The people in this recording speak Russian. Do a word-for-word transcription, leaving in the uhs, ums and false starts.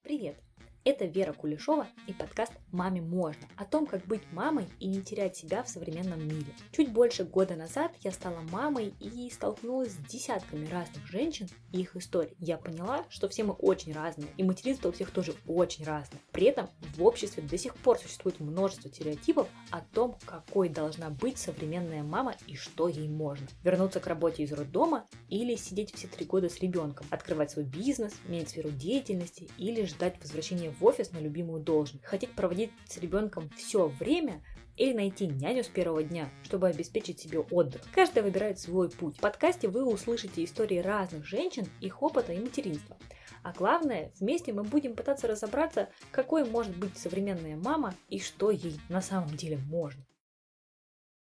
Привет! Это Вера Кулешова и подкаст «Маме можно» о том, как быть мамой и не терять себя в современном мире. Чуть больше года назад я стала мамой и столкнулась с десятками разных женщин и их историй. Я поняла, что все мы очень разные, и материнство у всех тоже очень разное. При этом в обществе до сих пор существует множество стереотипов о том, какой должна быть современная мама и что ей можно. Вернуться к работе из роддома или сидеть все три года с ребенком, открывать свой бизнес, менять сферу деятельности или ждать возвращения в офис на любимую должность, хотеть проводить с ребенком все время или найти няню с первого дня, чтобы обеспечить себе отдых. Каждый выбирает свой путь. В подкасте вы услышите истории разных женщин, их опыта и материнства. А главное, вместе мы будем пытаться разобраться, какой может быть современная мама и что ей на самом деле можно.